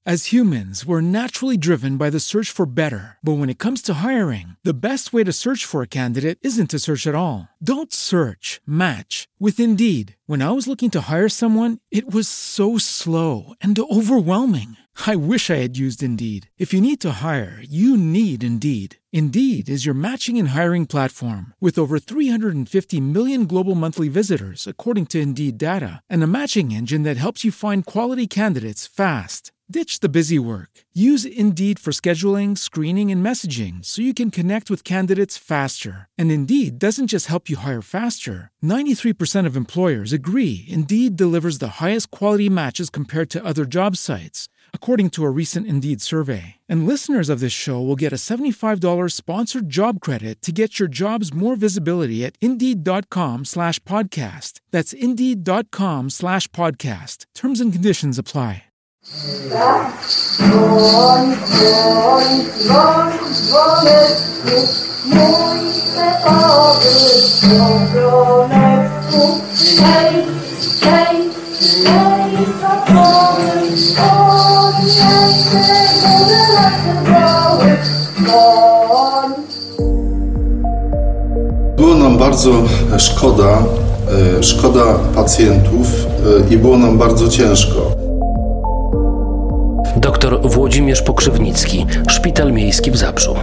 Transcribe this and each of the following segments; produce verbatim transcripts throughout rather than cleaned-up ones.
As humans, we're naturally driven by the search for better. But when it comes to hiring, the best way to search for a candidate isn't to search at all. Don't search, match with Indeed. When I was looking to hire someone, it was so slow and overwhelming. I wish I had used Indeed. If you need to hire, you need Indeed. Indeed is your matching and hiring platform with over three hundred fifty million global monthly visitors, according to Indeed data, and a matching engine that helps you find quality candidates fast. Ditch the busy work. Use Indeed for scheduling, screening, and messaging so you can connect with candidates faster. And Indeed doesn't just help you hire faster. ninety-three percent of employers agree Indeed delivers the highest quality matches compared to other job sites, according to a recent Indeed survey. And listeners of this show will get a seventy-five dollars sponsored job credit to get your jobs more visibility at Indeed.com slash podcast. That's Indeed.com slash podcast. Terms and conditions apply. Dzwoń, dzwoń, dzwoń, dzwoneczku, mój stepowy dzwoneczku. Hej, hej, hej, stepowy, odjęty, góry lasy biały, dzwoń. Było nam bardzo szkoda, szkoda pacjentów i było nam bardzo ciężko. Doktor Włodzimierz Pokrzywnicki, Szpital Miejski w Zabrzu.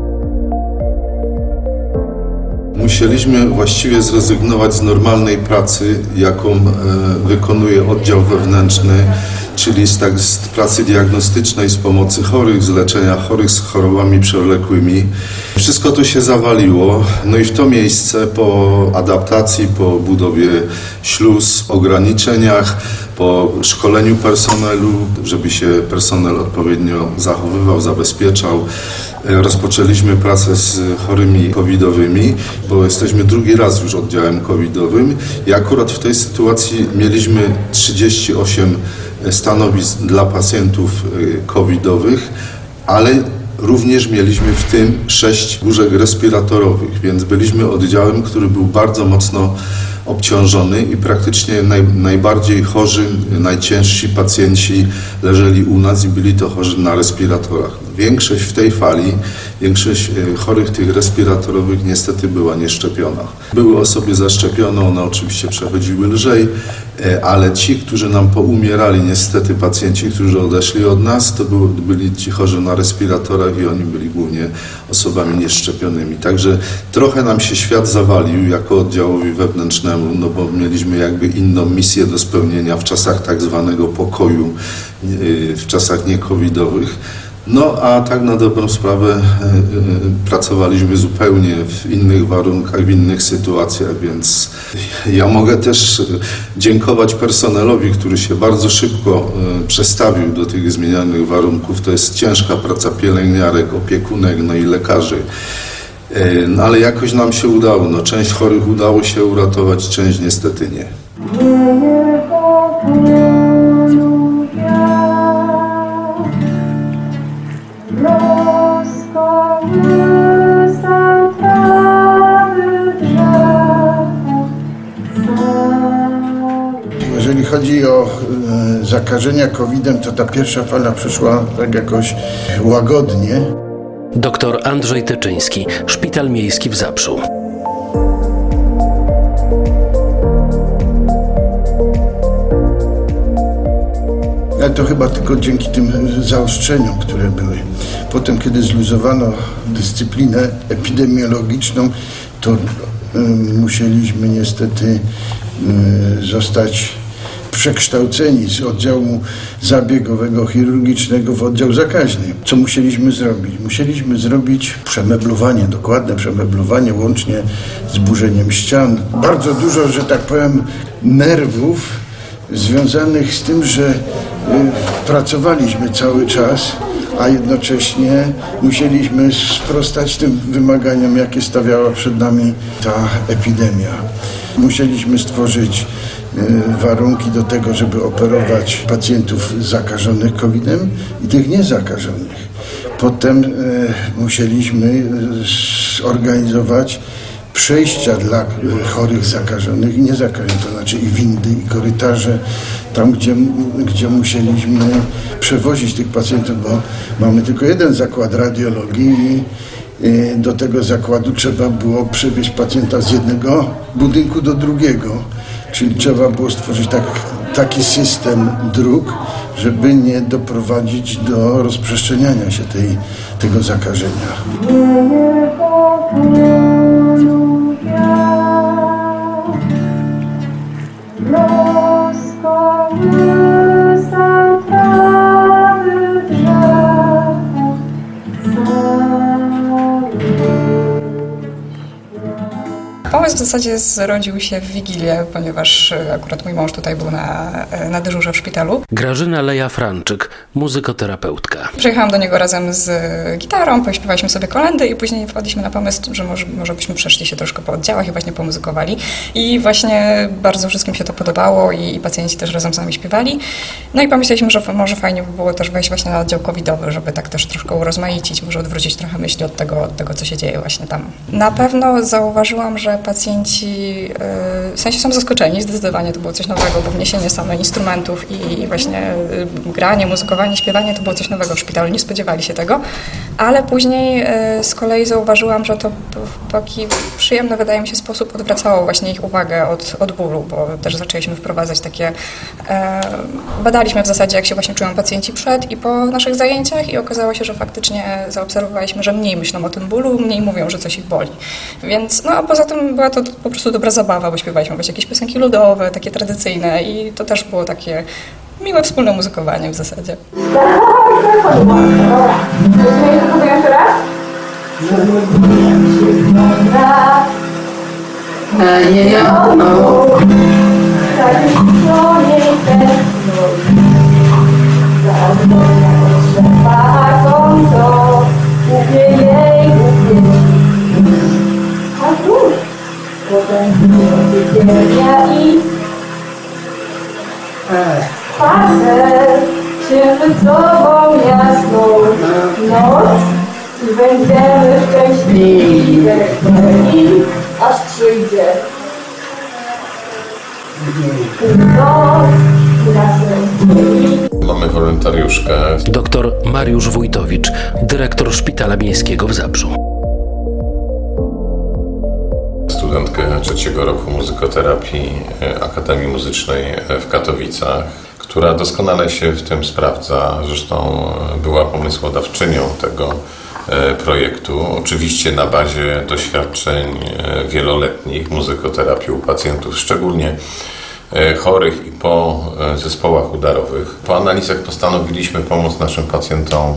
Musieliśmy właściwie zrezygnować z normalnej pracy, jaką e, wykonuje oddział wewnętrzny, czyli z, tak, z pracy diagnostycznej, z pomocy chorych, z leczenia chorych z chorobami przewlekłymi. Wszystko to się zawaliło, no i w to miejsce po adaptacji, po budowie śluz, ograniczeniach, po szkoleniu personelu, żeby się personel odpowiednio zachowywał, zabezpieczał, rozpoczęliśmy pracę z chorymi covidowymi, bo jesteśmy drugi raz już oddziałem covidowym i akurat w tej sytuacji mieliśmy trzydzieści osiem stanowisk dla pacjentów covidowych, ale również mieliśmy w tym sześć łóżek respiratorowych, więc byliśmy oddziałem, który był bardzo mocno obciążony i praktycznie naj, najbardziej chorzy, najciężsi pacjenci leżeli u nas i byli to chorzy na respiratorach. Większość w tej fali, większość chorych tych respiratorowych niestety była nieszczepiona. Były osoby zaszczepione, one oczywiście przechodziły lżej, ale ci, którzy nam poumierali, niestety pacjenci, którzy odeszli od nas, to były, byli ci chorzy na respiratorach i oni byli głównie osobami nieszczepionymi. Także trochę nam się świat zawalił jako oddziałowi wewnętrznemu, no bo mieliśmy jakby inną misję do spełnienia w czasach tak zwanego pokoju, w czasach nie-covidowych. No a tak na dobrą sprawę y, y, pracowaliśmy zupełnie w innych warunkach, w innych sytuacjach, więc ja mogę też dziękować personelowi, który się bardzo szybko y, przestawił do tych zmienianych warunków. To jest ciężka praca pielęgniarek, opiekunek, no i lekarzy. Y, no ale jakoś nam się udało. No, część chorych udało się uratować, część niestety nie. Jeżeli chodzi o e, zakażenia kowidem, to ta pierwsza fala przyszła tak jakoś łagodnie. Doktor Andrzej Tyczyński, Szpital Miejski w Zabrzu. Ale to chyba tylko dzięki tym zaostrzeniom, które były. Potem, kiedy zluzowano dyscyplinę epidemiologiczną, to y, musieliśmy niestety y, zostać przekształceni z oddziału zabiegowego, chirurgicznego w oddział zakaźny. Co musieliśmy zrobić? Musieliśmy zrobić przemeblowanie, dokładne przemeblowanie, łącznie z burzeniem ścian. Bardzo dużo, że tak powiem, nerwów związanych z tym, że y, pracowaliśmy cały czas, a jednocześnie musieliśmy sprostać tym wymaganiom, jakie stawiała przed nami ta epidemia. Musieliśmy stworzyć y, warunki do tego, żeby operować pacjentów zakażonych kowidem i tych niezakażonych. Potem y, musieliśmy zorganizować przejścia dla chorych zakażonych i niezakażonych, to znaczy i windy, i korytarze, tam gdzie, gdzie musieliśmy przewozić tych pacjentów, bo mamy tylko jeden zakład radiologii i do tego zakładu trzeba było przewieźć pacjenta z jednego budynku do drugiego, czyli trzeba było stworzyć tak, taki system dróg, żeby nie doprowadzić do rozprzestrzeniania się tej, tego zakażenia. Pomysł w zasadzie zrodził się w Wigilię, ponieważ akurat mój mąż tutaj był na, na dyżurze w szpitalu. Grażyna Leja-Franczyk, muzykoterapeutka. Przyjechałam do niego razem z gitarą, pośpiewaliśmy sobie kolędy i później wpadliśmy na pomysł, że może, może byśmy przeszli się troszkę po oddziałach i właśnie pomuzykowali. I właśnie bardzo wszystkim się to podobało i, i pacjenci też razem z nami śpiewali. No i pomyśleliśmy, że może fajnie by było też wejść właśnie na oddział covidowy, żeby tak też troszkę urozmaicić, może odwrócić trochę myśli od tego, od tego, co się dzieje właśnie tam. Na pewno zauważyłam, że pacjenci w sensie są zaskoczeni, zdecydowanie to było coś nowego, bo wniesienie same instrumentów i właśnie granie, muzykowanie, śpiewanie to było coś nowego w szpitalu, nie spodziewali się tego, ale później z kolei zauważyłam, że to w taki przyjemny, wydaje mi się, sposób odwracało właśnie ich uwagę od, od bólu, bo też zaczęliśmy wprowadzać takie, badaliśmy w zasadzie, jak się właśnie czują pacjenci przed i po naszych zajęciach i okazało się, że faktycznie zaobserwowaliśmy, że mniej myślą o tym bólu, mniej mówią, że coś ich boli. Więc, no a poza tym była to po prostu dobra zabawa, bo śpiewaliśmy właśnie jakieś piosenki ludowe, takie tradycyjne i to też było takie miłe wspólne muzykowanie w zasadzie. Spacer księżycową jasną noc i będziemy szczęśliwi i aż przyjdzie noc i Mamy wolontariuszkę. Doktor Mariusz Wójtowicz, dyrektor Szpitala Miejskiego w Zabrzu. Studentkę trzeciego roku muzykoterapii Akademii Muzycznej w Katowicach, która doskonale się w tym sprawdza. Zresztą była pomysłodawczynią tego projektu. Oczywiście na bazie doświadczeń wieloletnich muzykoterapii u pacjentów, szczególnie chorych i po zespołach udarowych. Po analizach postanowiliśmy pomóc naszym pacjentom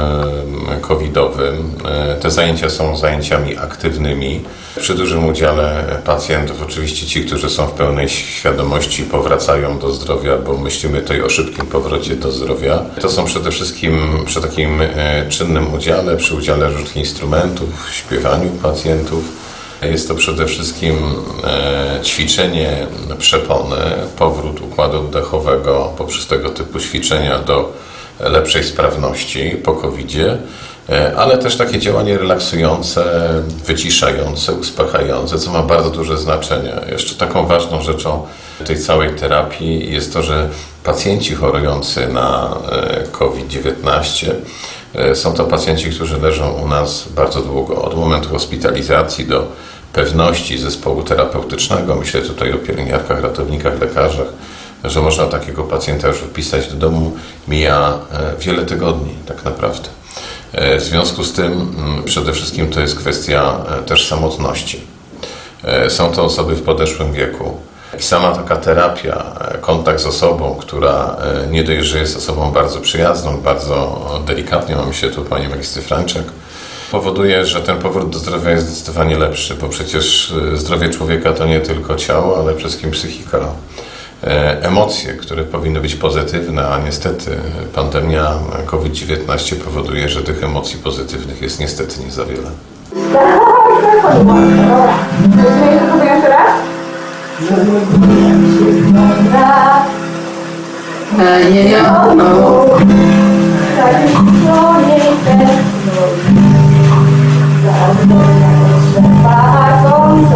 covidowym. Te zajęcia są zajęciami aktywnymi. Przy dużym udziale pacjentów, oczywiście ci, którzy są w pełnej świadomości, powracają do zdrowia, bo myślimy tutaj o szybkim powrocie do zdrowia. To są przede wszystkim przy takim czynnym udziale, przy udziale różnych instrumentów, śpiewaniu pacjentów. Jest to przede wszystkim ćwiczenie przepony, powrót układu oddechowego poprzez tego typu ćwiczenia do lepszej sprawności po kowidzie, ale też takie działanie relaksujące, wyciszające, uspokajające, co ma bardzo duże znaczenie. Jeszcze taką ważną rzeczą tej całej terapii jest to, że pacjenci chorujący na COVID dziewiętnaście są to pacjenci, którzy leżą u nas bardzo długo, od momentu hospitalizacji do pewności zespołu terapeutycznego. Myślę tutaj o pielęgniarkach, ratownikach, lekarzach, że można takiego pacjenta już wypisać do domu. Mija wiele tygodni tak naprawdę. W związku z tym przede wszystkim to jest kwestia też samotności. Są to osoby w podeszłym wieku. I sama taka terapia, kontakt z osobą, która nie dość, że jest osobą bardzo przyjazną, bardzo delikatnie, mam myśli tu pani magistry Franczek, powoduje, że ten powrót do zdrowia jest zdecydowanie lepszy, bo przecież zdrowie człowieka to nie tylko ciało, ale przede wszystkim psychika. Emocje, które powinny być pozytywne, a niestety pandemia COVID dziewiętnaście powoduje, że tych emocji pozytywnych jest niestety nie za wiele. Za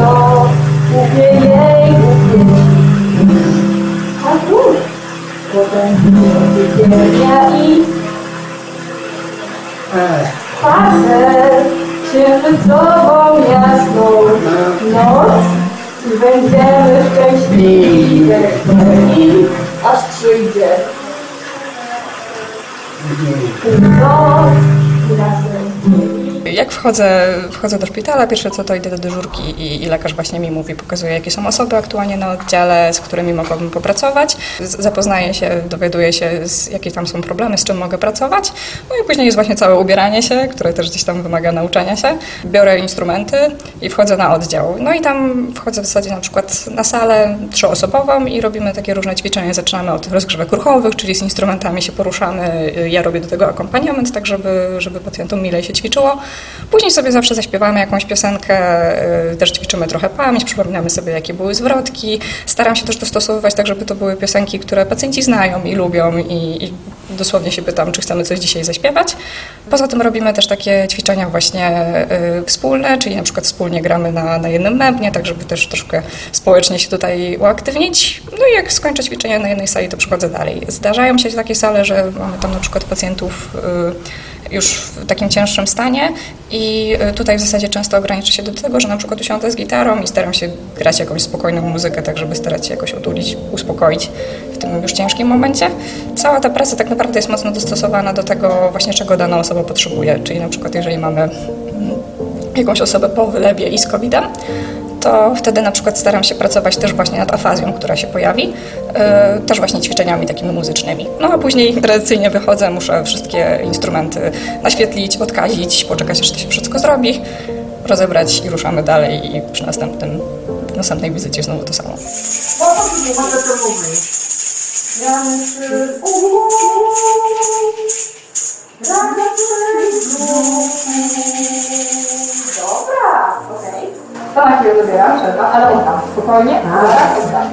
przed sobą jasną noc i będziemy szczęśliwe, aż przyjdzie noc i razem. Jak wchodzę, wchodzę do szpitala, pierwsze co to idę do dyżurki i, i lekarz właśnie mi mówi, pokazuje jakie są osoby aktualnie na oddziale, z którymi mogłabym popracować. Z, zapoznaję się, dowiaduję się z, jakie tam są problemy, z czym mogę pracować. No i później jest właśnie całe ubieranie się, które też gdzieś tam wymaga nauczania się. Biorę instrumenty i wchodzę na oddział. No i tam wchodzę w zasadzie na przykład na salę trzyosobową i robimy takie różne ćwiczenia. Zaczynamy od rozgrzewek ruchowych, czyli z instrumentami się poruszamy. Ja robię do tego akompaniament, tak żeby, żeby pacjentom milej się ćwiczyło. Później sobie zawsze zaśpiewamy jakąś piosenkę, też ćwiczymy trochę pamięć, przypominamy sobie, jakie były zwrotki. Staram się też dostosowywać tak, żeby to były piosenki, które pacjenci znają i lubią i, i dosłownie się pytam, czy chcemy coś dzisiaj zaśpiewać. Poza tym robimy też takie ćwiczenia właśnie y, wspólne, czyli na przykład wspólnie gramy na, na jednym mebnie, tak żeby też troszkę społecznie się tutaj uaktywnić. No i jak skończę ćwiczenia na jednej sali, to przychodzę dalej. Zdarzają się takie sale, że mamy tam na przykład pacjentów y, już w takim cięższym stanie i tutaj w zasadzie często ograniczę się do tego, że na przykład usiądę z gitarą i staram się grać jakąś spokojną muzykę, tak żeby starać się jakoś otulić, uspokoić w tym już ciężkim momencie. Cała ta praca tak naprawdę jest mocno dostosowana do tego właśnie, czego dana osoba potrzebuje, czyli na przykład jeżeli mamy jakąś osobę po wylewie i z kowidem, to wtedy na przykład staram się pracować też właśnie nad afazją, która się pojawi, yy, też właśnie ćwiczeniami takimi muzycznymi. No a później tradycyjnie wychodzę, muszę wszystkie instrumenty naświetlić, odkazić, poczekać, aż to się wszystko zrobi, rozebrać i ruszamy dalej i przy następnym, następnej wizycie znowu to samo. Dobra, okej. To na chwilę dobieram, trzeba, ale on tam, spokojnie. Tak, tak.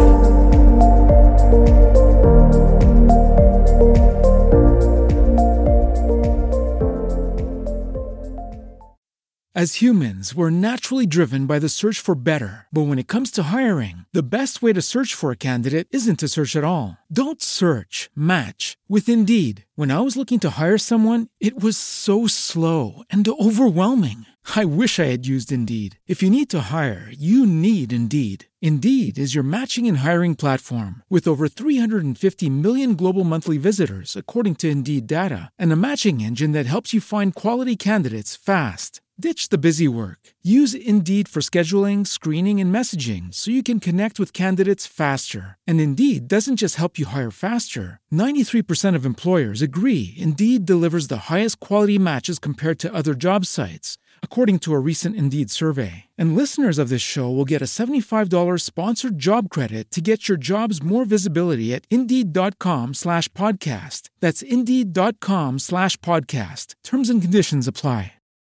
As humans, we're naturally driven by the search for better. But when it comes to hiring, the best way to search for a candidate isn't to search at all. Don't search, match with Indeed. When I was looking to hire someone, it was so slow and overwhelming. I wish I had used Indeed. If you need to hire, you need Indeed. Indeed is your matching and hiring platform with over three hundred fifty million global monthly visitors, according to Indeed data, and a matching engine that helps you find quality candidates fast. Ditch the busy work. Use Indeed for scheduling, screening, and messaging so you can connect with candidates faster. And Indeed doesn't just help you hire faster. ninety-three percent of employers agree Indeed delivers the highest quality matches compared to other job sites, according to a recent Indeed survey. And listeners of this show will get a seventy-five dollars sponsored job credit to get your jobs more visibility at Indeed.com slash podcast. That's Indeed.com slash podcast. Terms and conditions apply.